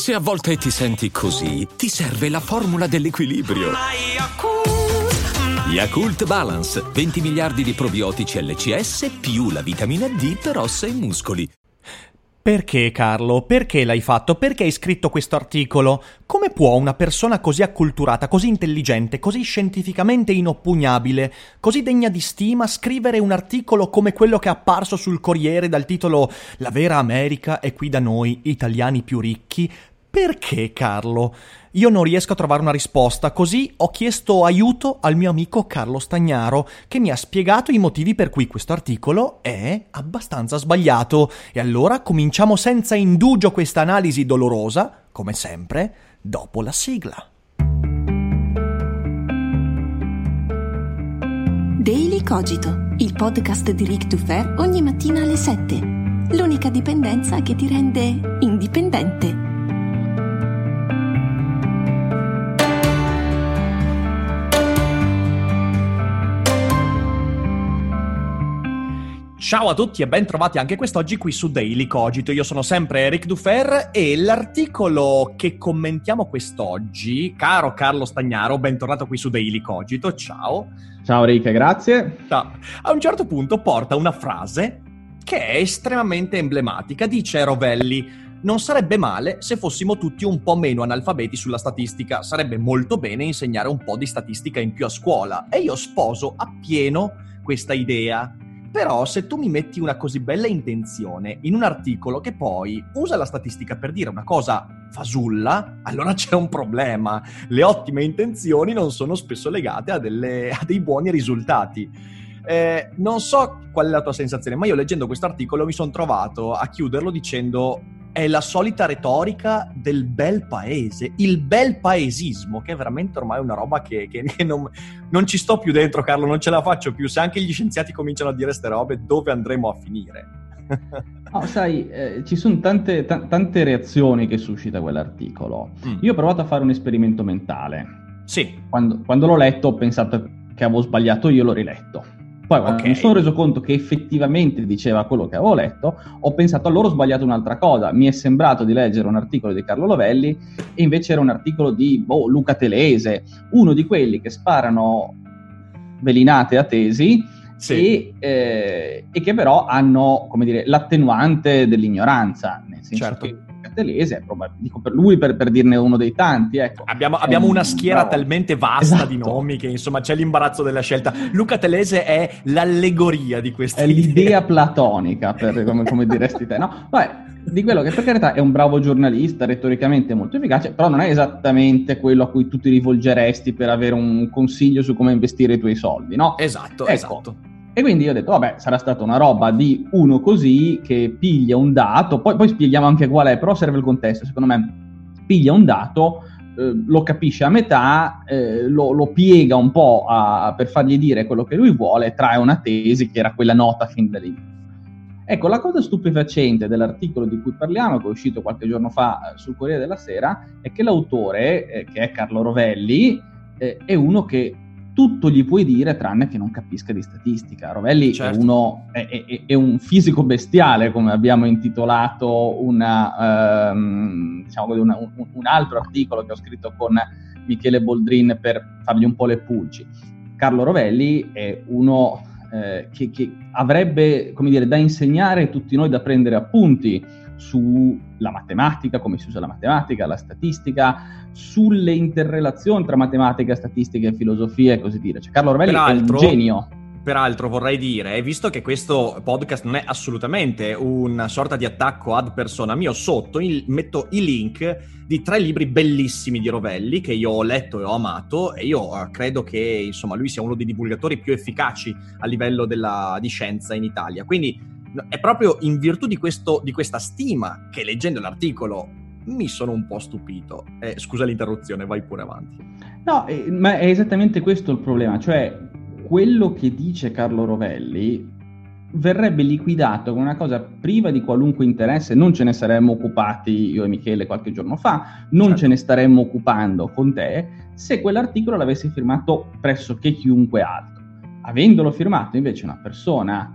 Se a volte ti senti così, ti serve la formula dell'equilibrio. Yakult Balance, 20 miliardi di probiotici LCS più la vitamina D per ossa e muscoli. Perché, Carlo? Perché l'hai fatto? Perché hai scritto questo articolo? Come può una persona così acculturata, così intelligente, così scientificamente inoppugnabile, così degna di stima, scrivere un articolo come quello che è apparso sul Corriere dal titolo "La vera America è qui da noi, italiani più ricchi"? Perché, Carlo? Io non riesco a trovare una risposta, così ho chiesto aiuto al mio amico Carlo Stagnaro, che mi ha spiegato i motivi per cui questo articolo è abbastanza sbagliato. E allora cominciamo senza indugio questa analisi dolorosa, come sempre, dopo la sigla. Daily Cogito, il podcast di Ric Dufer ogni mattina alle 7. L'unica dipendenza che ti rende indipendente. Ciao a tutti e ben trovati anche quest'oggi qui su Daily Cogito. Io sono sempre Ric Dufer e l'articolo che commentiamo quest'oggi, caro Carlo Stagnaro, bentornato qui su Daily Cogito, ciao. Ciao Ric, grazie. A un certo punto porta una frase che è estremamente emblematica. Dice Rovelli: non sarebbe male se fossimo tutti un po' meno analfabeti sulla statistica, sarebbe molto bene insegnare un po' di statistica in più a scuola. E io sposo appieno questa idea. Però se tu mi metti una così bella intenzione in un articolo che poi usa la statistica per dire una cosa fasulla, allora c'è un problema. Le ottime intenzioni non sono spesso legate a dei buoni risultati. Non so qual è la tua sensazione, ma io leggendo questo articolo mi sono trovato a chiuderlo dicendo: è la solita retorica del bel paese, il bel paesismo, che è veramente ormai una roba che non ci sto più dentro, Carlo, non ce la faccio più. Se anche gli scienziati cominciano a dire ste robe, dove andremo a finire? No, sai, ci sono tante reazioni che suscita quell'articolo. Io ho provato a fare un esperimento mentale. Sì. Quando l'ho letto ho pensato che avevo sbagliato io, l'ho riletto. Poi quando mi sono reso conto che effettivamente diceva quello che avevo letto, ho pensato allora ho sbagliato un'altra cosa. Mi è sembrato di leggere un articolo di Carlo Rovelli e invece era un articolo di Luca Telese, uno di quelli che sparano velinate a tesi, sì, e che però hanno, come dire, l'attenuante dell'ignoranza, nel senso, certo, che Telese, dico per lui per dirne uno dei tanti, ecco. Abbiamo una schiera talmente vasta, esatto, di nomi che insomma c'è l'imbarazzo della scelta. Luca Telese è l'allegoria di questa idea. È l'idea platonica, come diresti te, no? Vabbè, di quello che per carità è un bravo giornalista, retoricamente molto efficace, però non è esattamente quello a cui tu ti rivolgeresti per avere un consiglio su come investire i tuoi soldi, no? Esatto, ecco. Esatto. E quindi io ho detto, vabbè, sarà stata una roba di uno così che piglia un dato, poi spieghiamo anche qual è, però serve il contesto, secondo me. Piglia un dato, lo capisce a metà, lo piega un po' per fargli dire quello che lui vuole, trae una tesi che era quella nota fin dall'inizio. Ecco, la cosa stupefacente dell'articolo di cui parliamo, che è uscito qualche giorno fa sul Corriere della Sera, è che l'autore, che è Carlo Rovelli, è uno che tutto gli puoi dire tranne che non capisca di statistica. Rovelli, certo, è un fisico bestiale, come abbiamo intitolato un altro articolo che ho scritto con Michele Boldrin per fargli un po' le pulci. Carlo Rovelli è uno che avrebbe, come dire, da insegnare a tutti noi, da prendere appunti sulla matematica, come si usa la matematica, la statistica, sulle interrelazioni tra matematica, statistica e filosofia e così dire. Cioè, Carlo Rovelli è un genio. Peraltro vorrei dire, visto che questo podcast non è assolutamente una sorta di attacco ad persona mio, sotto metto i link di 3 libri bellissimi di Rovelli che io ho letto e ho amato, e io credo che insomma lui sia uno dei divulgatori più efficaci a livello di scienza in Italia. Quindi è proprio in virtù di questa stima che, leggendo l'articolo, mi sono un po' stupito. Scusa l'interruzione, vai pure avanti. No, ma è esattamente questo il problema, cioè quello che dice Carlo Rovelli verrebbe liquidato come una cosa priva di qualunque interesse. Non ce ne saremmo occupati io e Michele qualche giorno fa, non certo, ce ne staremmo occupando con te se quell'articolo l'avesse firmato pressoché chiunque altro. Avendolo firmato invece una persona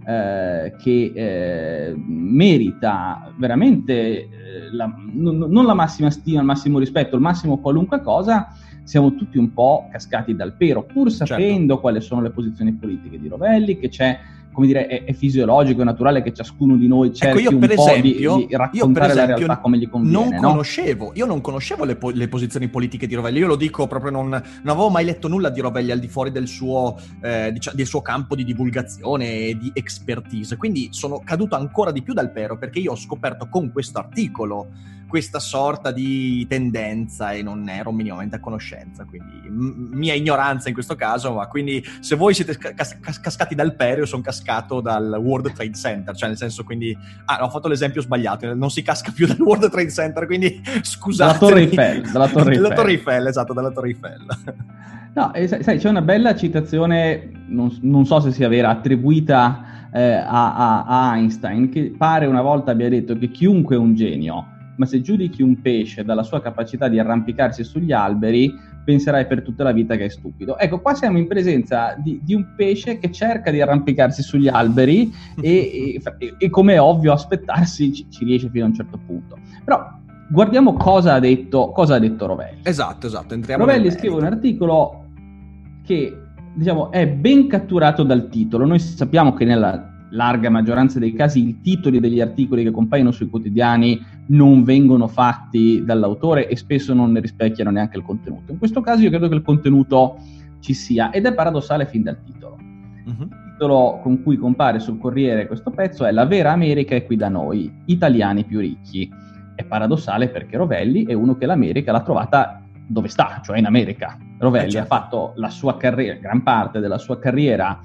che merita veramente non la massima stima, il massimo rispetto, il massimo qualunque cosa, siamo tutti un po' cascati dal pero, pur sapendo quali sono le posizioni politiche di Rovelli, che c'è, come dire, è fisiologico, è naturale che ciascuno di noi cerchi un po' di raccontare la realtà come gli conviene. Io non conoscevo le posizioni politiche di Rovelli, io lo dico proprio, non avevo mai letto nulla di Rovelli al di fuori del suo campo di divulgazione e di expertise, quindi sono caduto ancora di più dal pero, perché io ho scoperto con questo articolo questa sorta di tendenza e non ero minimamente a conoscenza, quindi mia ignoranza in questo caso, ma quindi se voi siete cascati dal pero, io sono cascato dal World Trade Center, cioè nel senso, quindi ho fatto l'esempio sbagliato, non si casca più dal World Trade Center, quindi scusate. Dalla Torre Eiffel, esatto, dalla Torre Eiffel. No, sai, c'è una bella citazione, non so se sia vera, attribuita a Einstein, che pare una volta abbia detto che chiunque è un genio, ma se giudichi un pesce dalla sua capacità di arrampicarsi sugli alberi, penserai per tutta la vita che è stupido. Ecco, qua siamo in presenza di un pesce che cerca di arrampicarsi sugli alberi e come è ovvio aspettarsi ci riesce fino a un certo punto. Però guardiamo cosa ha detto Rovelli. Esatto, entriamo. Rovelli scrive un articolo che, diciamo, è ben catturato dal titolo. Noi sappiamo che nella larga maggioranza dei casi i titoli degli articoli che compaiono sui quotidiani non vengono fatti dall'autore e spesso non ne rispecchiano neanche il contenuto. In questo caso io credo che il contenuto ci sia, ed è paradossale fin dal titolo. Il titolo con cui compare sul Corriere questo pezzo è: "La vera America è qui da noi, italiani più ricchi". È paradossale perché Rovelli è uno che l'America l'ha trovata dove sta, cioè in America. Rovelli ha fatto la sua carriera, gran parte della sua carriera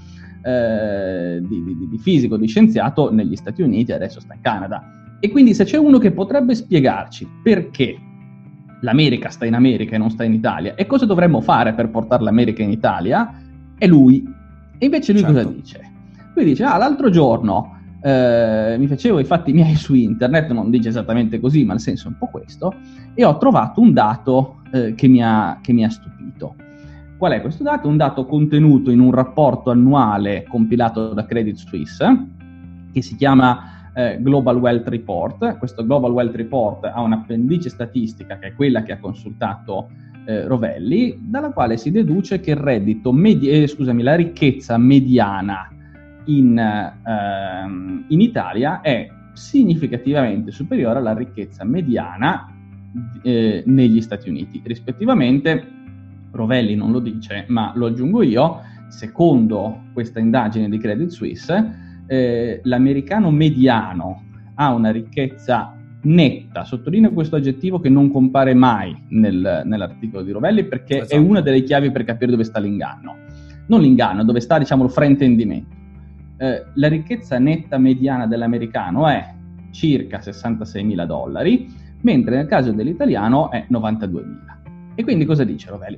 di fisico, di scienziato negli Stati Uniti, e adesso sta in Canada. E quindi se c'è uno che potrebbe spiegarci perché l'America sta in America e non sta in Italia e cosa dovremmo fare per portare l'America in Italia, è lui. E invece lui cosa dice? Lui dice: l'altro giorno mi facevo i fatti miei su internet, non dice esattamente così, ma il senso è un po' questo, e ho trovato un dato che mi ha stupito. Qual è questo dato? Un dato contenuto in un rapporto annuale compilato da Credit Suisse che si chiama Global Wealth Report. Questo Global Wealth Report ha un'appendice statistica che è quella che ha consultato Rovelli, dalla quale si deduce che il reddito la ricchezza mediana in Italia è significativamente superiore alla ricchezza mediana negli Stati Uniti. Rispettivamente, Rovelli non lo dice, ma lo aggiungo io, secondo questa indagine di Credit Suisse, l'americano mediano ha una ricchezza netta, sottolineo questo aggettivo che non compare mai nell'articolo di Rovelli, perché è una delle chiavi per capire dove sta l'inganno. Non l'inganno, dove sta, diciamo, il fraintendimento. La ricchezza netta mediana dell'americano è circa $66.000, mentre nel caso dell'italiano è 92.000. E quindi cosa dice Rovelli?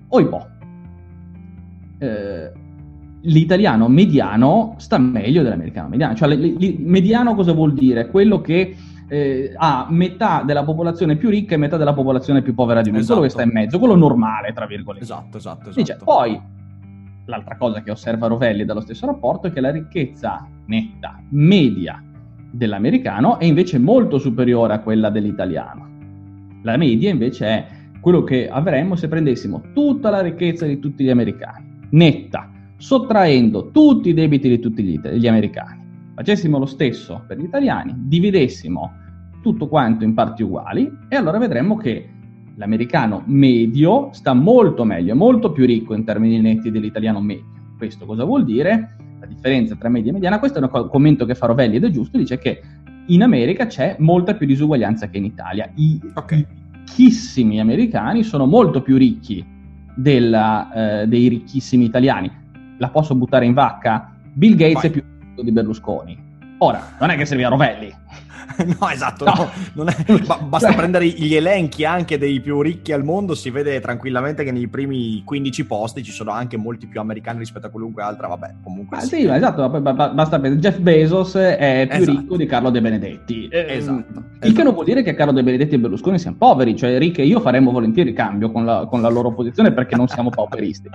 L'italiano mediano sta meglio dell'americano mediano. Cioè, mediano cosa vuol dire? Quello che ha metà della popolazione più ricca e metà della popolazione più povera di lui. Quello che sta in mezzo, quello normale, tra virgolette. Esatto. Dice, poi, l'altra cosa che osserva Rovelli dallo stesso rapporto è che la ricchezza netta media dell'americano è invece molto superiore a quella dell'italiano. La media invece è quello che avremmo se prendessimo tutta la ricchezza di tutti gli americani, netta, sottraendo tutti i debiti di tutti gli americani. Facessimo lo stesso per gli italiani, dividessimo tutto quanto in parti uguali, e allora vedremmo che l'americano medio sta molto meglio, molto più ricco in termini netti dell'italiano medio. Questo cosa vuol dire? La differenza tra media e mediana, questo è un commento che fa Rovelli ed è giusto, dice che in America c'è molta più disuguaglianza che in Italia. I ricchissimi americani sono molto più ricchi dei ricchissimi italiani. La posso buttare in vacca? Bill Gates è più ricco di Berlusconi. Ora, non è che serve a Rovelli. No, esatto, no, non è, basta prendere gli elenchi anche dei più ricchi al mondo, si vede tranquillamente che nei primi 15 posti ci sono anche molti più americani rispetto a qualunque altra, vabbè, comunque sì. Sì, esatto, basta pensare, Jeff Bezos è più ricco di Carlo De Benedetti. Esatto. Il che non vuol dire che Carlo De Benedetti e Berlusconi siano poveri, cioè Rick e io faremmo volentieri cambio con la loro posizione perché non siamo pauperisti.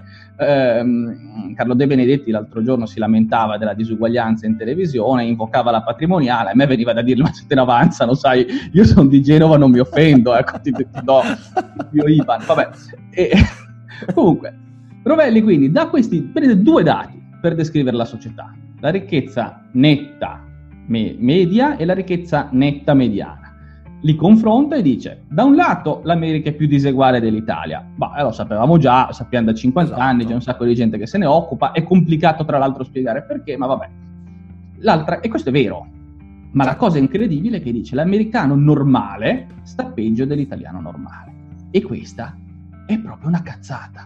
Carlo De Benedetti l'altro giorno si lamentava della disuguaglianza in televisione, invocava la patrimoniale, a me veniva da dirgli ma se te ne avanzano, sai, io sono di Genova, non mi offendo, ecco, ti do io IBAN, vabbè. Comunque, Rovelli quindi prende 2 dati per descrivere la società, la ricchezza netta media e la ricchezza netta mediana. Li confronta e dice, da un lato l'America è più diseguale dell'Italia, ma lo sapevamo già, sappiamo da 50 anni, c'è un sacco di gente che se ne occupa, è complicato tra l'altro spiegare perché, ma vabbè. L'altra, e questo è vero, ma la cosa incredibile è che dice l'americano normale sta peggio dell'italiano normale, e questa è proprio una cazzata.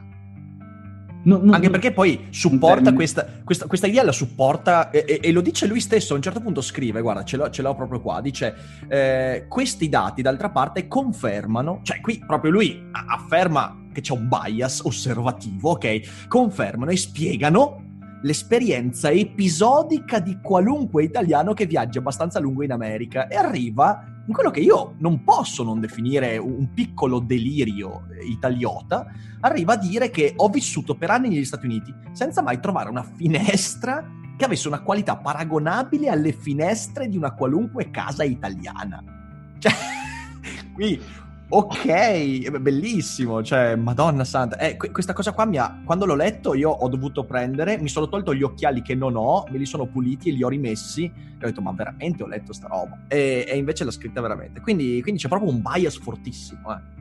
Anche perché poi supporta questa idea, la supporta e lo dice lui stesso, a un certo punto scrive, guarda, ce l'ho proprio qua, dice questi dati d'altra parte confermano, cioè qui proprio lui afferma che c'è un bias osservativo, ok? Confermano e spiegano l'esperienza episodica di qualunque italiano che viaggia abbastanza a lungo in America e arriva in quello che io non posso non definire un piccolo delirio italiota, arriva a dire che ho vissuto per anni negli Stati Uniti senza mai trovare una finestra che avesse una qualità paragonabile alle finestre di una qualunque casa italiana. Cioè, qui... Ok, è bellissimo, cioè, Madonna santa. Questa cosa qua quando l'ho letto io ho dovuto mi sono tolto gli occhiali che non ho, me li sono puliti e li ho rimessi e ho detto, ma veramente ho letto sta roba? E invece l'ha scritta veramente. Quindi c'è proprio un bias fortissimo,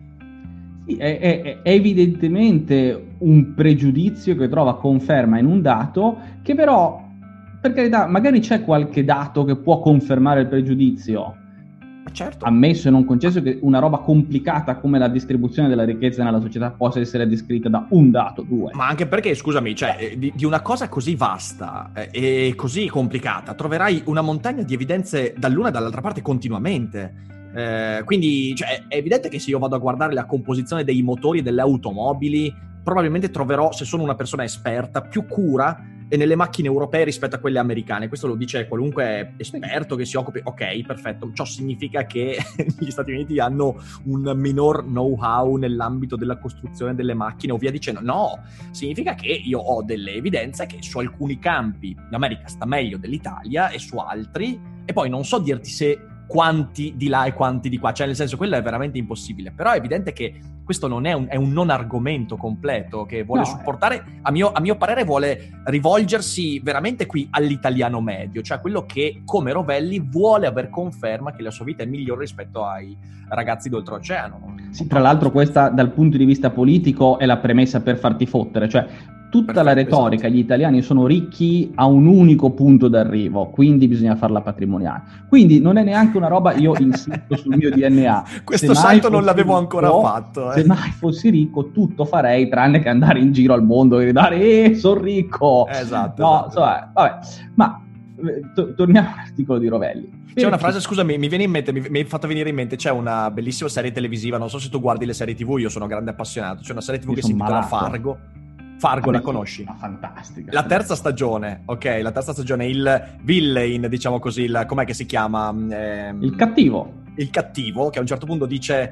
Sì, è evidentemente un pregiudizio che trova conferma in un dato, che però, per carità, magari c'è qualche dato che può confermare il pregiudizio. Certo. Ammesso e non concesso che una roba complicata come la distribuzione della ricchezza nella società possa essere descritta da un dato, 2. Ma anche perché, scusami, cioè, di una cosa così vasta e così complicata troverai una montagna di evidenze dall'una e dall'altra parte continuamente. Quindi cioè, è evidente che se io vado a guardare la composizione dei motori e delle automobili, probabilmente troverò, se sono una persona esperta, più cura e nelle macchine europee rispetto a quelle americane. Questo lo dice qualunque esperto che si occupi. Ok, perfetto. Ciò significa che gli Stati Uniti hanno un minor know-how nell'ambito della costruzione delle macchine o via dicendo. No, significa che io ho delle evidenze che su alcuni campi l'America sta meglio dell'Italia e su altri, e poi non so dirti se quanti di là e quanti di qua, cioè nel senso quello è veramente impossibile, però è evidente che questo non è un non argomento completo che vuole supportare, a mio parere vuole rivolgersi veramente qui all'italiano medio, cioè quello che come Rovelli vuole aver conferma che la sua vita è migliore rispetto ai ragazzi d'oltreoceano. Sì, tra l'altro questa dal punto di vista politico è la premessa per farti fottere, cioè tutta la retorica, esatto. Gli italiani sono ricchi a un unico punto d'arrivo, quindi bisogna farla patrimoniale. Quindi non è neanche una roba, io insisto sul mio DNA. Questo salto non l'avevo ancora fatto. Se mai fossi ricco, tutto farei tranne che andare in giro al mondo e gridare sono ricco! Esatto. No, esatto. Vabbè. Ma torniamo all'articolo di Rovelli. C'è una frase, scusami, mi viene in mente, mi hai fatto venire in mente, c'è una bellissima serie televisiva, non so se tu guardi le serie TV, io sono grande appassionato, c'è una serie TV che si intitola Fargo. Fargo, la conosci? Fantastica. La terza stagione, ok, la terza stagione, il villain, diciamo così, com'è che si chiama? Il cattivo. Il cattivo, che a un certo punto dice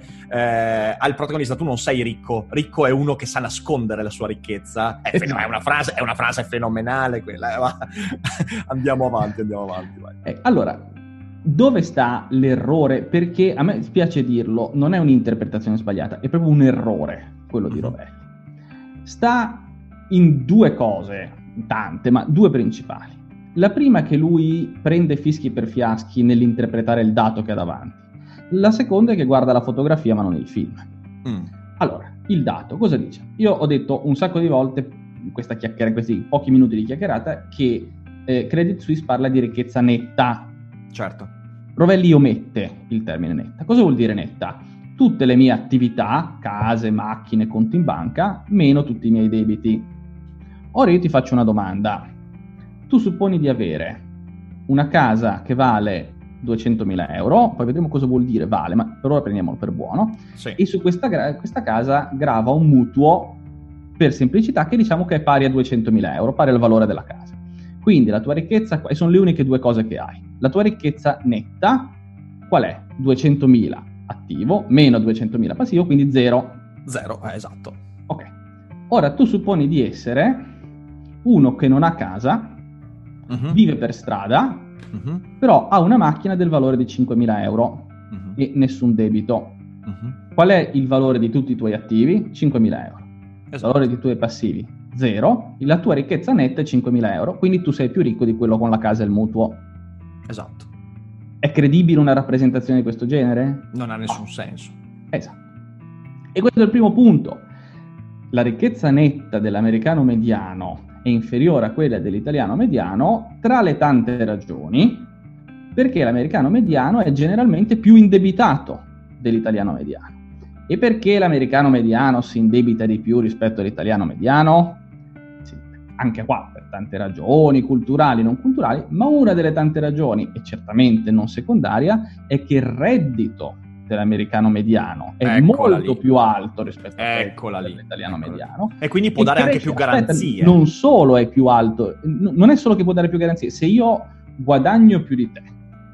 al protagonista, tu non sei ricco è uno che sa nascondere la sua ricchezza. È una frase fenomenale quella. Andiamo avanti, vai. Allora, dove sta l'errore? Perché a me spiace dirlo, non è un'interpretazione sbagliata, è proprio un errore quello di Rovelli. Sta in 2 cose, tante, ma 2 principali. La prima è che lui prende fischi per fiaschi nell'interpretare il dato che ha davanti. La seconda è che guarda la fotografia ma non il film. Allora, il dato, cosa dice? Io ho detto un sacco di volte, in questi pochi minuti di chiacchierata, che Credit Suisse parla di ricchezza netta. Certo. Rovelli omette il termine netta. Cosa vuol dire netta? Tutte le mie attività, case, macchine, conti in banca, meno tutti i miei debiti. Ora io ti faccio una domanda. Tu supponi di avere una casa che vale 200.000 euro, poi vedremo cosa vuol dire vale, ma per ora prendiamolo per buono, Sì. e su questa casa grava un mutuo, per semplicità, che diciamo che è pari a 200.000 euro, pari al valore della casa. Quindi la tua ricchezza, e sono le uniche due cose che hai, la tua ricchezza netta, qual è? 200.000 attivo, meno 200.000 passivo, quindi 0. Esatto. Ok. Ora tu supponi di essere uno che non ha casa, vive per strada, però ha una macchina del valore di 5.000 euro e nessun debito. Qual è il valore di tutti i tuoi attivi? 5.000 euro. Il valore dei tuoi passivi? 0. La tua ricchezza netta è 5.000 euro, quindi tu sei più ricco di quello con la casa e il mutuo. Esatto. È credibile una rappresentazione di questo genere? Non ha nessun senso. Esatto. E questo è il primo punto. La ricchezza netta dell'americano mediano è inferiore a quella dell'italiano mediano, tra le tante ragioni, perché l'americano mediano è generalmente più indebitato dell'italiano mediano. E perché l'americano mediano si indebita di più rispetto all'italiano mediano? Sì, anche qua per tante ragioni, culturali, non culturali, ma una delle tante ragioni, e certamente non secondaria, è che il reddito dell'americano mediano è molto più alto rispetto all'italiano mediano, e quindi può dare anche più garanzie. Non solo è più alto, non è solo che può dare più garanzie. Se io guadagno più di te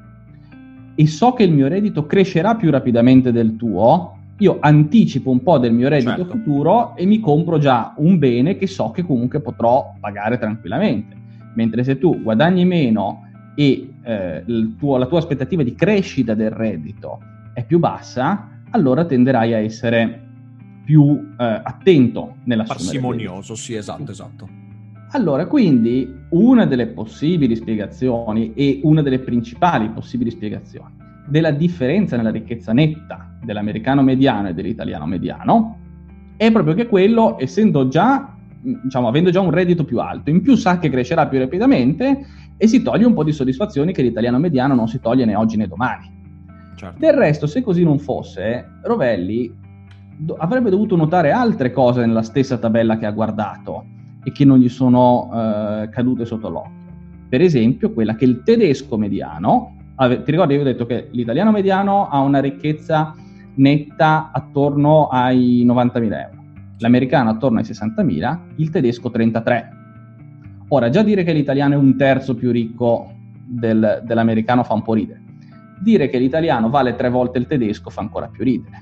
e so che il mio reddito crescerà più rapidamente del tuo, io anticipo un po' del mio reddito futuro e mi compro già un bene che so che comunque potrò pagare tranquillamente. Mentre se tu guadagni meno e la tua aspettativa di crescita del reddito è più bassa, allora tenderai a essere più attento nell'assumere. Parsimonioso, sì, esatto. Allora, quindi, una delle possibili spiegazioni e una delle principali possibili spiegazioni della differenza nella ricchezza netta dell'americano mediano e dell'italiano mediano è proprio che quello, essendo già, avendo già un reddito più alto, in più sa che crescerà più rapidamente e si toglie un po' di soddisfazioni che l'italiano mediano non si toglie né oggi né domani. Certo. Del resto, se così non fosse, Rovelli avrebbe dovuto notare altre cose nella stessa tabella che ha guardato e che non gli sono cadute sotto l'occhio. Per esempio, quella che il tedesco mediano, ti ricordi, io ho detto che l'italiano mediano ha una ricchezza netta attorno ai 90.000 euro, l'americano attorno ai 60.000, il tedesco 33. Ora, già dire che l'italiano è un terzo più ricco dell'americano fa un po' ridere. Dire che l'italiano vale 3 volte il tedesco fa ancora più ridere.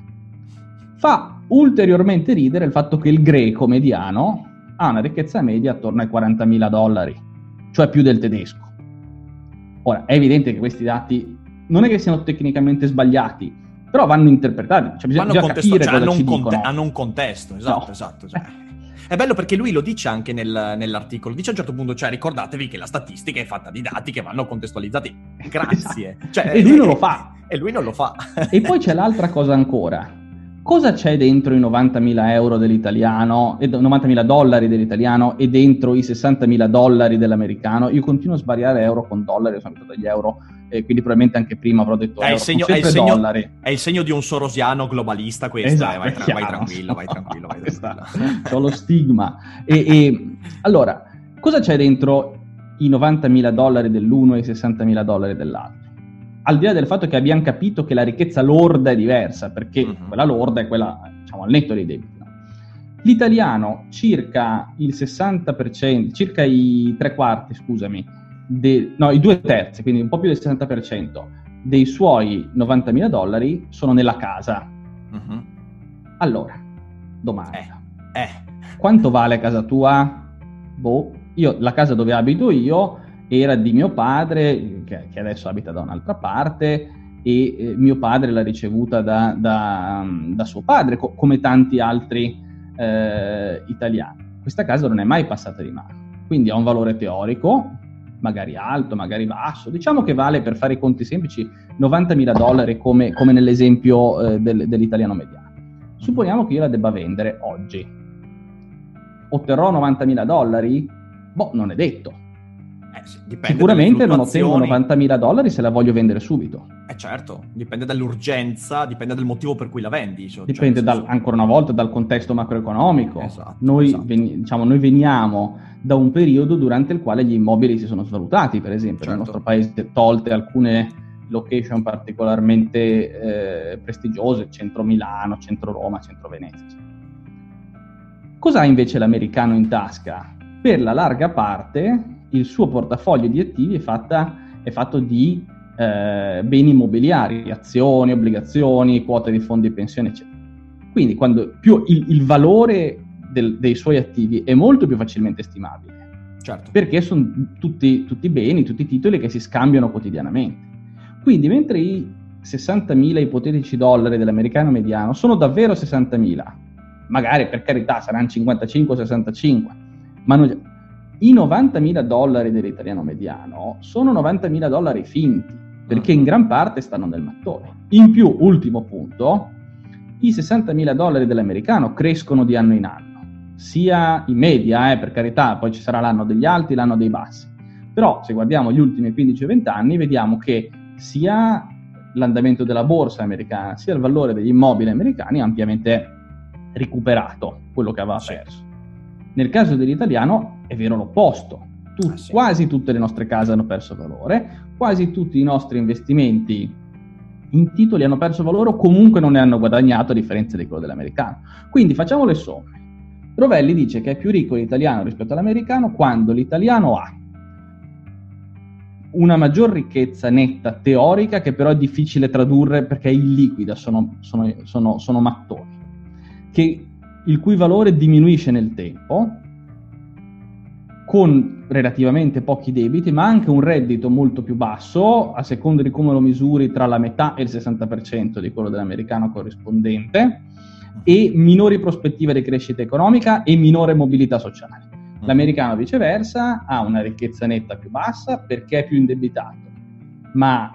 Fa ulteriormente ridere il fatto che il greco mediano ha una ricchezza media attorno ai $40.000, cioè più del tedesco. Ora, è evidente che questi dati non è che siano tecnicamente sbagliati, però vanno interpretati, cioè bisogna capire cosa ci dicono. Hanno un contesto, esatto. È bello perché lui lo dice anche nell'articolo, dice a un certo punto, cioè ricordatevi che la statistica è fatta di dati che vanno contestualizzati. Grazie. Esatto. E lui non lo fa. E lui non lo fa. E poi c'è l'altra cosa ancora. Cosa c'è dentro i 90.000 euro dell'italiano, 90.000 dollari dell'italiano e dentro i 60.000 dollari dell'americano? Io continuo a sbariare euro con dollari, sono abituato agli euro, quindi probabilmente anche prima avrò detto euro, dollari. È il segno di un sorosiano globalista questo, esatto, vai tranquillo. C'ho lo stigma. Allora, cosa c'è dentro i 90.000 dollari dell'uno e i 60.000 dollari dell'altro? Al di là del fatto che abbiamo capito che la ricchezza lorda è diversa, perché quella lorda è quella, al netto dei debiti. No? L'italiano circa il 60%, circa i 3/4, scusami, i 2/3, quindi un po' più del 60% dei suoi 90.000 dollari sono nella casa. Allora, domanda. Quanto vale casa tua? La casa dove abito io era di mio padre, che adesso abita da un'altra parte, e mio padre l'ha ricevuta da suo padre, come tanti altri italiani. Questa casa non è mai passata di mano, quindi ha un valore teorico, magari alto, magari basso. Diciamo che vale, per fare i conti semplici, 90.000 dollari come nell'esempio dell'italiano mediano. Supponiamo che io la debba vendere oggi. Otterrò 90.000 dollari? Non è detto. Sicuramente non ottengo 90.000 dollari se la voglio vendere subito. Certo, dipende dall'urgenza, dipende dal motivo per cui la vendi. Dipende ancora una volta dal contesto macroeconomico. Noi veniamo da un periodo durante il quale gli immobili si sono svalutati, per esempio. Nel nostro paese, tolte alcune location particolarmente prestigiose, centro Milano, centro Roma, centro Venezia. Cos'ha invece l'americano in tasca? Per la larga parte il suo portafoglio di attivi è fatto di beni immobiliari, azioni, obbligazioni, quote di fondi pensione, eccetera. Quindi quando più il valore dei suoi attivi è molto più facilmente stimabile. Certo. Perché sono tutti beni, tutti i titoli che si scambiano quotidianamente. Quindi mentre i 60.000 ipotetici dollari dell'americano mediano sono davvero 60.000, magari per carità saranno 55-65, ma i 90.000 dollari dell'italiano mediano sono 90.000 dollari finti, perché in gran parte stanno nel mattone. In più, ultimo punto, i 60.000 dollari dell'americano crescono di anno in anno, sia in media, per carità, poi ci sarà l'anno degli alti, l'anno dei bassi. Però se guardiamo gli ultimi 15-20 anni, vediamo che sia l'andamento della borsa americana, sia il valore degli immobili americani ha ampiamente recuperato quello che aveva perso. Nel caso dell'italiano è vero l'opposto. Quasi tutte le nostre case hanno perso valore, quasi tutti i nostri investimenti in titoli hanno perso valore o comunque non ne hanno guadagnato, a differenza di quello dell'americano. Quindi facciamo le somme. Rovelli dice che è più ricco l'italiano rispetto all'americano quando l'italiano ha una maggior ricchezza netta teorica, che però è difficile tradurre perché è illiquida, sono mattoni, il cui valore diminuisce nel tempo, con relativamente pochi debiti, ma anche un reddito molto più basso, a seconda di come lo misuri, tra la metà e il 60% di quello dell'americano corrispondente, e minori prospettive di crescita economica e minore mobilità sociale. L'americano viceversa ha una ricchezza netta più bassa perché è più indebitato, ma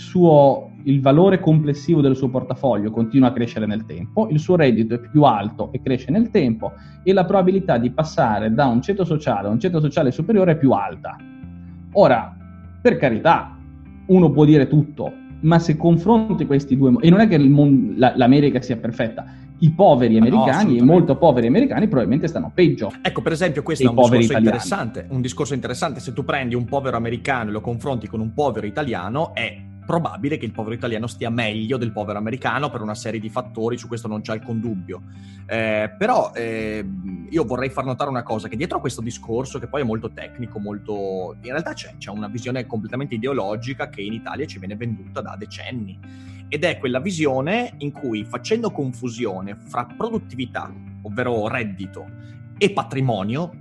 il valore complessivo del suo portafoglio continua a crescere nel tempo, il suo reddito è più alto e cresce nel tempo, e la probabilità di passare da un ceto sociale a un ceto sociale superiore è più alta. Ora, per carità, uno può dire tutto, ma se confronti questi due, e non è che l'America sia perfetta, i poveri americani e molto poveri americani probabilmente stanno peggio. Ecco, per esempio, questo è un discorso interessante. Se tu prendi un povero americano e lo confronti con un povero italiano, è probabile che il povero italiano stia meglio del povero americano per una serie di fattori, su questo non c'è alcun dubbio. Però io vorrei far notare una cosa, che dietro a questo discorso, che poi è molto tecnico, in realtà c'è una visione completamente ideologica che in Italia ci viene venduta da decenni. Ed è quella visione in cui, facendo confusione fra produttività, ovvero reddito, e patrimonio,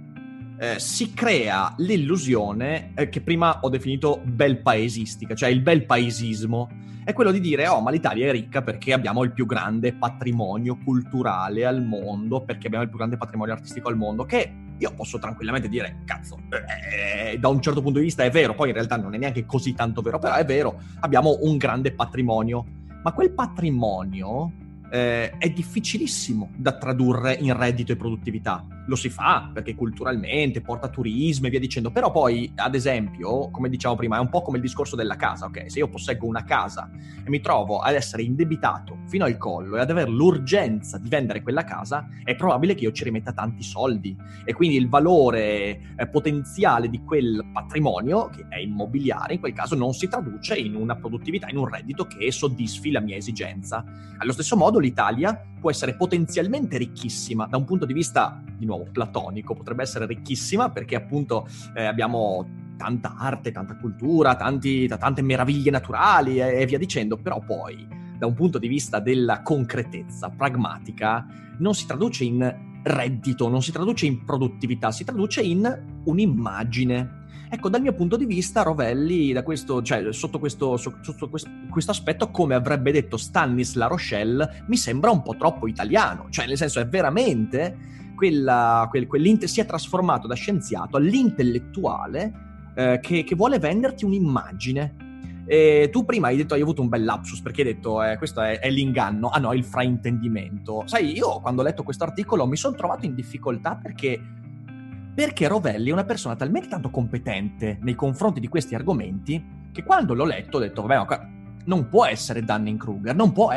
si crea l'illusione che prima ho definito belpaesistica, cioè il belpaesismo è quello di dire ma l'Italia è ricca perché abbiamo il più grande patrimonio culturale al mondo, perché abbiamo il più grande patrimonio artistico al mondo, che io posso tranquillamente dire, cazzo, da un certo punto di vista è vero, poi in realtà non è neanche così tanto vero, però è vero, abbiamo un grande patrimonio, ma quel patrimonio è difficilissimo da tradurre in reddito e produttività. Lo si fa perché culturalmente porta turismo e via dicendo, però poi, ad esempio, come diciamo prima, è un po' come il discorso della casa, ok? Se io posseggo una casa e mi trovo ad essere indebitato fino al collo e ad avere l'urgenza di vendere quella casa, è probabile che io ci rimetta tanti soldi, e quindi il valore potenziale di quel patrimonio, che è immobiliare, in quel caso non si traduce in una produttività, in un reddito che soddisfi la mia esigenza. Allo stesso modo l'Italia può essere potenzialmente ricchissima da un punto di vista, di nuovo, platonico, potrebbe essere ricchissima perché appunto abbiamo tanta arte, tanta cultura, tante meraviglie naturali e via dicendo, però poi da un punto di vista della concretezza pragmatica non si traduce in reddito, non si traduce in produttività, si traduce in un'immagine. Ecco, dal mio punto di vista, Rovelli, sotto questo aspetto, come avrebbe detto Stannis La Rochelle, mi sembra un po' troppo italiano. Cioè, nel senso, è veramente si è trasformato da scienziato all'intellettuale che vuole venderti un'immagine. Tu prima hai avuto un bel lapsus, perché hai detto questo è l'inganno, no, il fraintendimento. Sai, io quando ho letto questo articolo mi sono trovato in difficoltà perché Rovelli è una persona talmente tanto competente nei confronti di questi argomenti che quando l'ho letto ho detto, vabbè, non può essere Dunning-Kruger,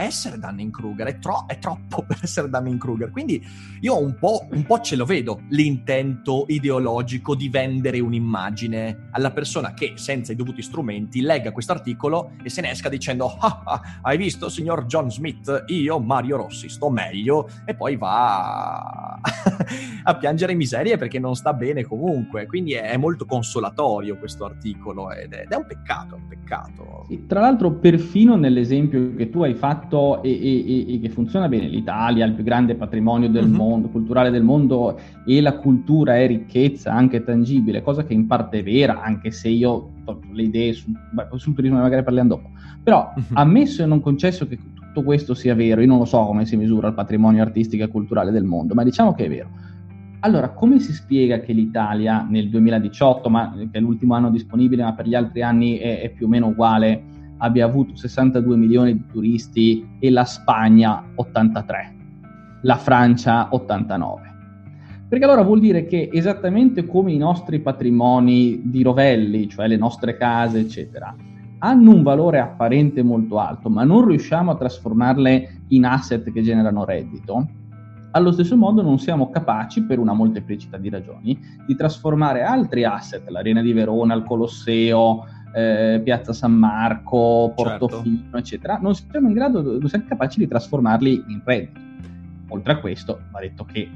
è troppo per essere Dunning-Kruger. Quindi io un po' ce lo vedo l'intento ideologico di vendere un'immagine alla persona che senza i dovuti strumenti legga questo articolo e se ne esca dicendo hai visto signor John Smith, io Mario Rossi sto meglio, e poi va a piangere in miserie perché non sta bene comunque. Quindi è molto consolatorio questo articolo ed è un peccato. Sì, tra l'altro perfino nell'esempio che tu hai fatto e che funziona bene, l'Italia, il più grande patrimonio del mondo, culturale del mondo, e la cultura è ricchezza anche tangibile, cosa che in parte è vera, anche se io le idee sul turismo magari parliamo dopo. Però ammesso e non concesso che tutto questo sia vero, io non lo so come si misura il patrimonio artistico e culturale del mondo, ma diciamo che è vero. Allora, come si spiega che l'Italia nel 2018, che è l'ultimo anno disponibile, ma per gli altri anni è più o meno uguale, abbia avuto 62 milioni di turisti e la Spagna 83, la Francia 89? Perché allora vuol dire che esattamente come i nostri patrimoni di rovelli, cioè le nostre case, eccetera, hanno un valore apparente molto alto, ma non riusciamo a trasformarle in asset che generano reddito, allo stesso modo non siamo capaci, per una molteplicità di ragioni, di trasformare altri asset, l'Arena di Verona, il Colosseo, Piazza San Marco, Portofino, eccetera, non siamo capaci di trasformarli in reddito. Oltre a questo, va detto che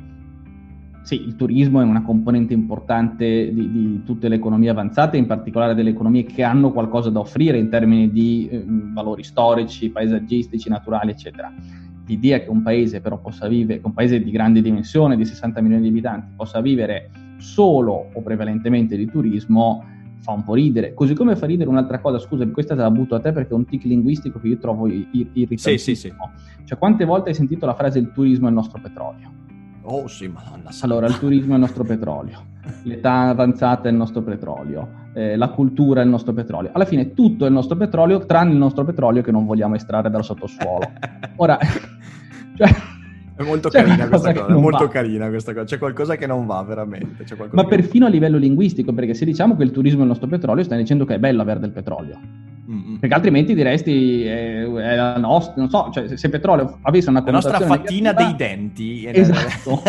sì, il turismo è una componente importante di tutte le economie avanzate, in particolare delle economie che hanno qualcosa da offrire in termini di valori storici, paesaggistici, naturali, eccetera. L'idea che un paese però possa vivere, che un paese di grande dimensione, di 60 milioni di abitanti, possa vivere solo o prevalentemente di turismo, fa un po' ridere. Così come fa ridere un'altra cosa, scusami, questa te la butto a te perché è un tic linguistico che io trovo irritantissimo. Sì. Cioè, quante volte hai sentito la frase il turismo è il nostro petrolio? Oh sì, madonna. Allora, il turismo è il nostro petrolio, l'età avanzata è il nostro petrolio, la cultura è il nostro petrolio. Alla fine tutto è il nostro petrolio, tranne il nostro petrolio che non vogliamo estrarre dal sottosuolo. Ora, cioè, è molto carina questa cosa, è molto carina questa cosa. C'è qualcosa che non va veramente. Ma perfino a livello linguistico, perché se diciamo che il turismo è il nostro petrolio, stai dicendo che è bello avere del petrolio. Perché altrimenti diresti è la nostra, non so, cioè se petrolio avesse una connotazione la nostra fattina negativa, dei denti. Esatto.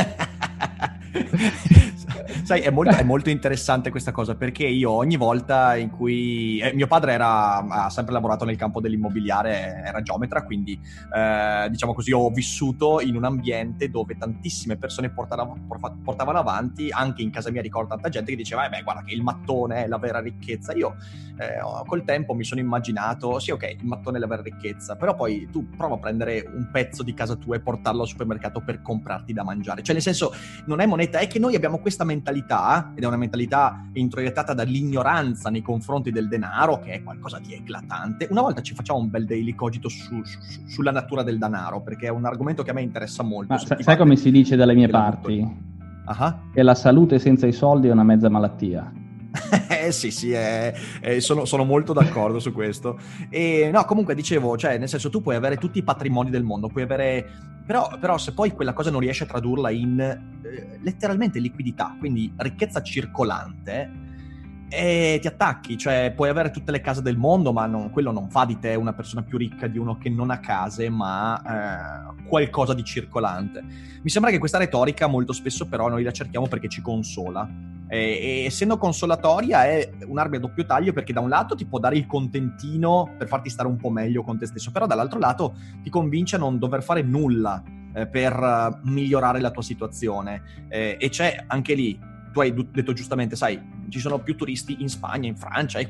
Sai, è molto interessante questa cosa, perché io ogni volta in cui mio padre ha sempre lavorato nel campo dell'immobiliare, era geometra, quindi diciamo così ho vissuto in un ambiente dove tantissime persone portavano avanti, anche in casa mia ricordo tanta gente che diceva guarda che il mattone è la vera ricchezza. Io col tempo mi sono immaginato, sì ok, il mattone è la vera ricchezza, però poi tu prova a prendere un pezzo di casa tua e portarlo al supermercato per comprarti da mangiare, cioè nel senso non è moneta, è che noi abbiamo questa mentalità, ed è una mentalità introiettata dall'ignoranza nei confronti del denaro, che è qualcosa di eclatante. Una volta ci facciamo un bel daily cogito sulla natura del denaro, perché è un argomento che a me interessa molto. Ma sai come si dice dalle mie parti? Che la salute senza i soldi è una mezza malattia. Sì, sono molto d'accordo su questo. E no, comunque dicevo, cioè nel senso, tu puoi avere tutti i patrimoni del mondo, puoi avere però se poi quella cosa non riesci a tradurla in letteralmente liquidità, quindi ricchezza circolante, e ti attacchi. Cioè puoi avere tutte le case del mondo, ma quello non fa di te una persona più ricca di uno che non ha case, ma qualcosa di circolante. Mi sembra che questa retorica molto spesso però noi la cerchiamo perché ci consola, e essendo consolatoria è un'arma a doppio taglio, perché da un lato ti può dare il contentino per farti stare un po' meglio con te stesso, però dall'altro lato ti convince a non dover fare nulla per migliorare la tua situazione, e c'è anche lì, tu hai detto giustamente, sai, ci sono più turisti in Spagna, in Francia,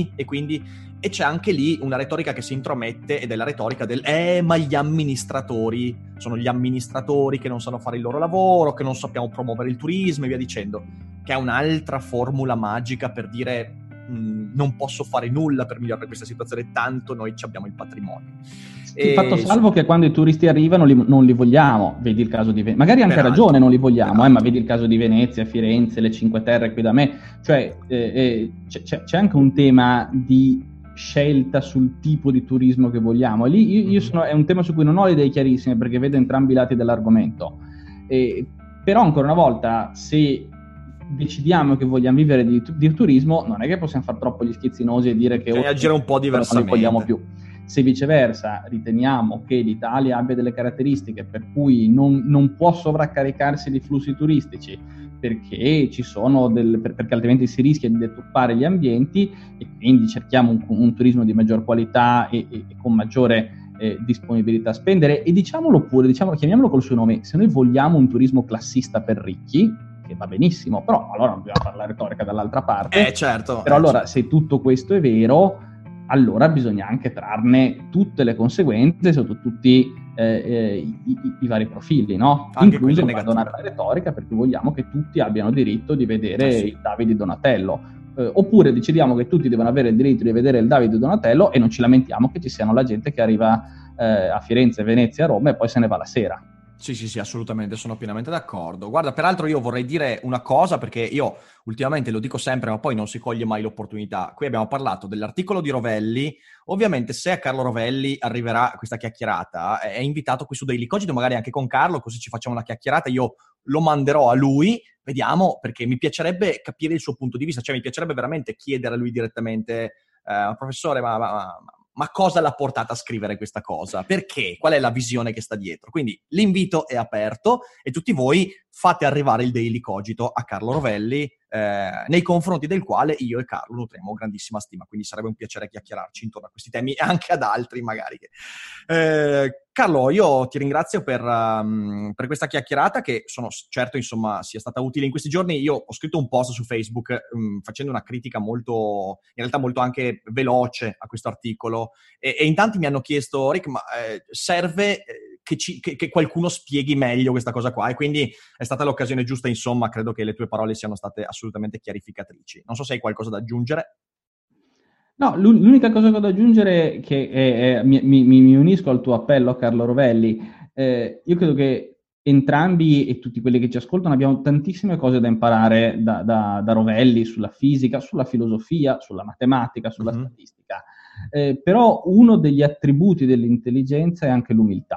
e c'è anche lì una retorica che si intromette, ed è la retorica ma gli amministratori sono gli amministratori che non sanno fare il loro lavoro, che non sappiamo promuovere il turismo e via dicendo, che è un'altra formula magica per dire non posso fare nulla per migliorare questa situazione, tanto noi abbiamo il patrimonio. Fatto salvo che quando i turisti arrivano non li vogliamo, vedi il caso di Venezia, magari anche ragione non li vogliamo, ma vedi il caso di Venezia, Firenze, le Cinque Terre qui da me, cioè c'è anche un tema di scelta sul tipo di turismo che vogliamo, e lì è un tema su cui non ho le idee chiarissime, perché vedo entrambi i lati dell'argomento, però ancora una volta, se decidiamo che vogliamo vivere di turismo, non è che possiamo fare troppo gli schizzinosi e dire che agire un po' diversamente, non li vogliamo più. Se viceversa riteniamo che l'Italia abbia delle caratteristiche per cui non può sovraccaricarsi di flussi turistici, perché ci sono perché altrimenti si rischia di deturpare gli ambienti, e quindi cerchiamo un turismo di maggior qualità e con maggiore disponibilità a spendere, e diciamolo pure, chiamiamolo col suo nome, se noi vogliamo un turismo classista per ricchi, che va benissimo, però allora non dobbiamo fare la retorica dall'altra parte. Certo. Però allora, certo. Se tutto questo è vero, allora bisogna anche trarne tutte le conseguenze sotto tutti i vari profili, no? Anche incluso quelle abbandonare negative. la retorica, perché vogliamo che tutti abbiano diritto di vedere Sì. il Davide di Donatello. Oppure decidiamo che tutti devono avere il diritto di vedere il Davide di Donatello e non ci lamentiamo che ci siano la gente che arriva a Firenze, Venezia, Roma e poi se ne va la sera. Sì, assolutamente, sono pienamente d'accordo. Guarda, peraltro io vorrei dire una cosa, perché io ultimamente lo dico sempre, ma poi non si coglie mai l'opportunità. Qui abbiamo parlato dell'articolo di Rovelli. Ovviamente se a Carlo Rovelli arriverà questa chiacchierata, è invitato qui su Daily Cogito, magari anche con Carlo, così ci facciamo una chiacchierata. Io lo manderò a lui, vediamo, perché mi piacerebbe capire il suo punto di vista, cioè mi piacerebbe veramente chiedere a lui direttamente, professore, ma cosa l'ha portata a scrivere questa cosa? Perché? Qual è la visione che sta dietro? Quindi l'invito è aperto e tutti voi fate arrivare il Daily Cogito a Carlo Rovelli, nei confronti del quale io e Carlo nutriamo grandissima stima, quindi sarebbe un piacere chiacchierarci intorno a questi temi e anche ad altri magari. Carlo, io ti ringrazio per questa chiacchierata, che sono certo insomma sia stata utile in questi giorni. Io ho scritto un post su Facebook facendo una critica molto, in realtà molto anche veloce a questo articolo, e in tanti mi hanno chiesto: Rick, ma serve che qualcuno spieghi meglio questa cosa qua, e quindi è stata l'occasione giusta, insomma. Credo che le tue parole siano state assolutamente chiarificatrici. Non so se hai qualcosa da aggiungere. No, l'unica cosa che ho da aggiungere, che mi unisco al tuo appello, Carlo Rovelli. Io credo che entrambi e tutti quelli che ci ascoltano abbiamo tantissime cose da imparare da Rovelli sulla fisica, sulla filosofia, sulla matematica, sulla statistica. Però uno degli attributi dell'intelligenza è anche l'umiltà.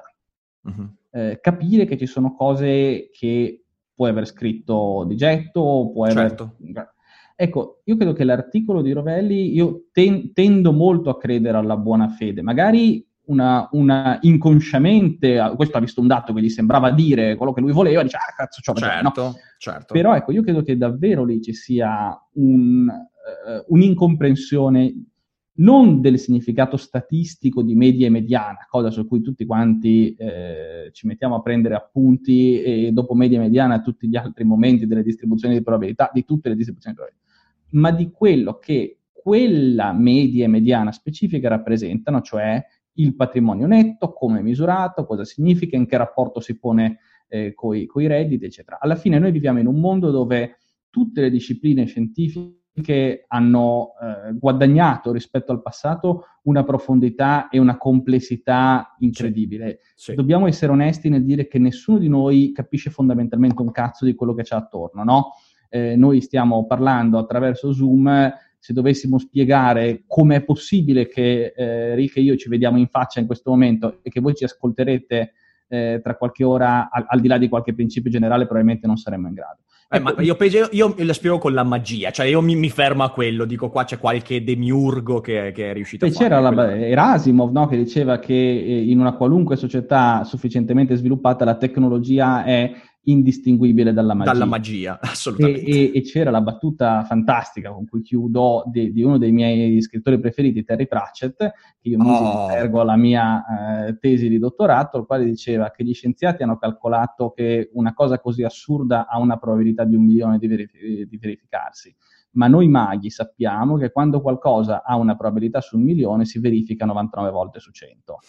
Capire che ci sono cose che puoi aver scritto di getto, puoi certo. Ecco, io credo che l'articolo di Rovelli, io tendo molto a credere alla buona fede, magari una inconsciamente, questo ha visto un dato che gli sembrava dire quello che lui voleva, dice, cazzo, c'ho ragione, no? Certo. Però ecco, io credo che davvero lì ci sia un'incomprensione non del significato statistico di media e mediana, cosa su cui tutti quanti ci mettiamo a prendere appunti, e dopo media e mediana tutti gli altri momenti delle distribuzioni di probabilità, di tutte le distribuzioni di probabilità, ma di quello che quella media e mediana specifica rappresentano, cioè il patrimonio netto, come è misurato, cosa significa, in che rapporto si pone coi redditi, eccetera. Alla fine noi viviamo in un mondo dove tutte le discipline scientifiche che hanno guadagnato rispetto al passato una profondità e una complessità incredibile. Sì. Dobbiamo essere onesti nel dire che nessuno di noi capisce fondamentalmente un cazzo di quello che c'è attorno, no? Noi stiamo parlando attraverso Zoom. Se dovessimo spiegare com'è possibile che Rick e io ci vediamo in faccia in questo momento e che voi ci ascolterete tra qualche ora, al di là di qualche principio generale, probabilmente non saremmo in grado. Ma io la spiego con la magia, cioè io mi fermo a quello, dico qua c'è qualche demiurgo che è riuscito a fare. C'era Erasimov, no, che diceva che in una qualunque società sufficientemente sviluppata la tecnologia è indistinguibile dalla magia. Assolutamente. E c'era la battuta fantastica con cui chiudo di uno dei miei scrittori preferiti, Terry Pratchett, che io misi in ergo alla mia tesi di dottorato, il quale diceva che gli scienziati hanno calcolato che una cosa così assurda ha una probabilità di 1 milione di verificarsi. Ma noi maghi sappiamo che quando qualcosa ha una probabilità su 1 milione si verifica 99 volte su 100.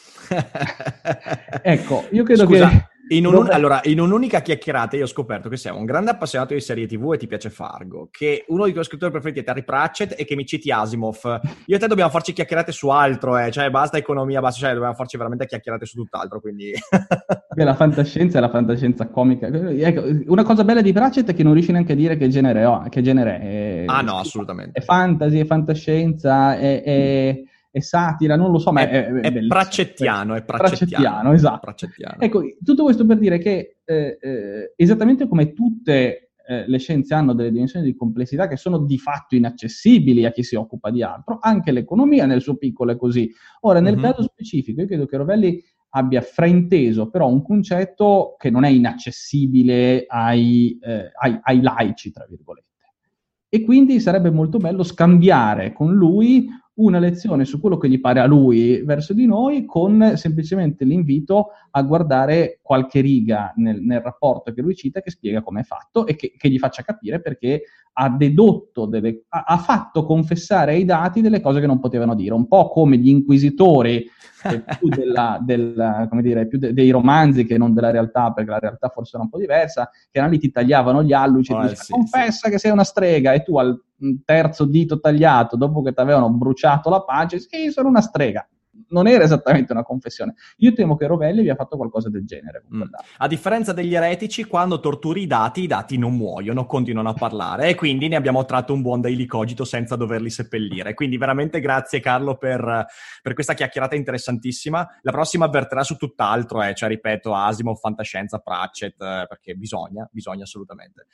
Ecco, io credo che... Allora, in un'unica chiacchierata io ho scoperto che sei un grande appassionato di serie TV e ti piace Fargo, che uno dei tuoi scrittori preferiti è Terry Pratchett e che mi citi Asimov. Io e te dobbiamo farci chiacchierate su altro, cioè basta economia, basta, cioè dobbiamo farci veramente chiacchierate su tutt'altro, quindi... La fantascienza è la fantascienza comica. Ecco, una cosa bella di Pratchett è che non riesce neanche a dire che genere è. No, assolutamente. È fantasy, è fantascienza, è satira, non lo so, ma è pratchettiano, è pratchettiano, esatto. Pratchettiano. Ecco, tutto questo per dire che esattamente come tutte le scienze hanno delle dimensioni di complessità che sono di fatto inaccessibili a chi si occupa di altro, anche l'economia nel suo piccolo è così. Ora, nel caso specifico, io credo che Rovelli abbia frainteso però un concetto che non è inaccessibile ai laici, tra virgolette. E quindi sarebbe molto bello scambiare con lui una lezione su quello che gli pare a lui verso di noi, con semplicemente l'invito a guardare qualche riga nel rapporto che lui cita, che spiega come è fatto e che gli faccia capire perché ha dedotto, ha fatto confessare ai dati delle cose che non potevano dire, un po' come gli inquisitori più come dire, più dei romanzi che non della realtà, perché la realtà forse era un po' diversa, che erano lì, ti tagliavano gli alluci e ti dicevano confessa che sei una strega, e tu al terzo dito tagliato, dopo che ti avevano bruciato la pancia, sì, sono una strega. Non era esattamente una confessione. Io temo che Rovelli abbia fatto qualcosa del genere. A differenza degli eretici, quando torturi i dati non muoiono, continuano a parlare, e quindi ne abbiamo tratto un buon Daily Cogito senza doverli seppellire. Quindi veramente grazie Carlo per questa chiacchierata interessantissima. La prossima avverterà su tutt'altro, cioè ripeto, Asimov, fantascienza, Pratchett, perché bisogna assolutamente.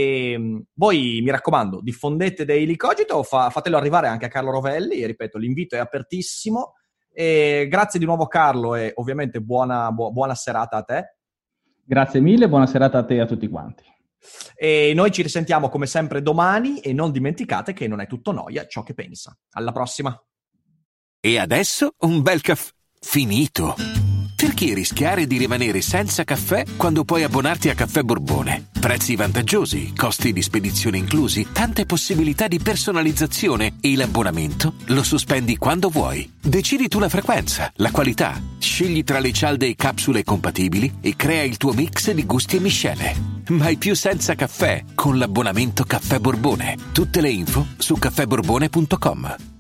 E voi, mi raccomando, diffondete Daily Cogito, fatelo arrivare anche a Carlo Rovelli, e ripeto, l'invito è apertissimo. E grazie di nuovo Carlo, e ovviamente buona serata a te. Grazie mille, buona serata a te e a tutti quanti. E noi ci risentiamo come sempre domani, e non dimenticate che non è tutto noia ciò che pensa. Alla prossima. E adesso un bel caffè finito. Perché rischiare di rimanere senza caffè quando puoi abbonarti a Caffè Borbone? Prezzi vantaggiosi, costi di spedizione inclusi, tante possibilità di personalizzazione, e l'abbonamento lo sospendi quando vuoi. Decidi tu la frequenza, la qualità, scegli tra le cialde e capsule compatibili e crea il tuo mix di gusti e miscele. Mai più senza caffè con l'abbonamento Caffè Borbone. Tutte le info su caffèborbone.com.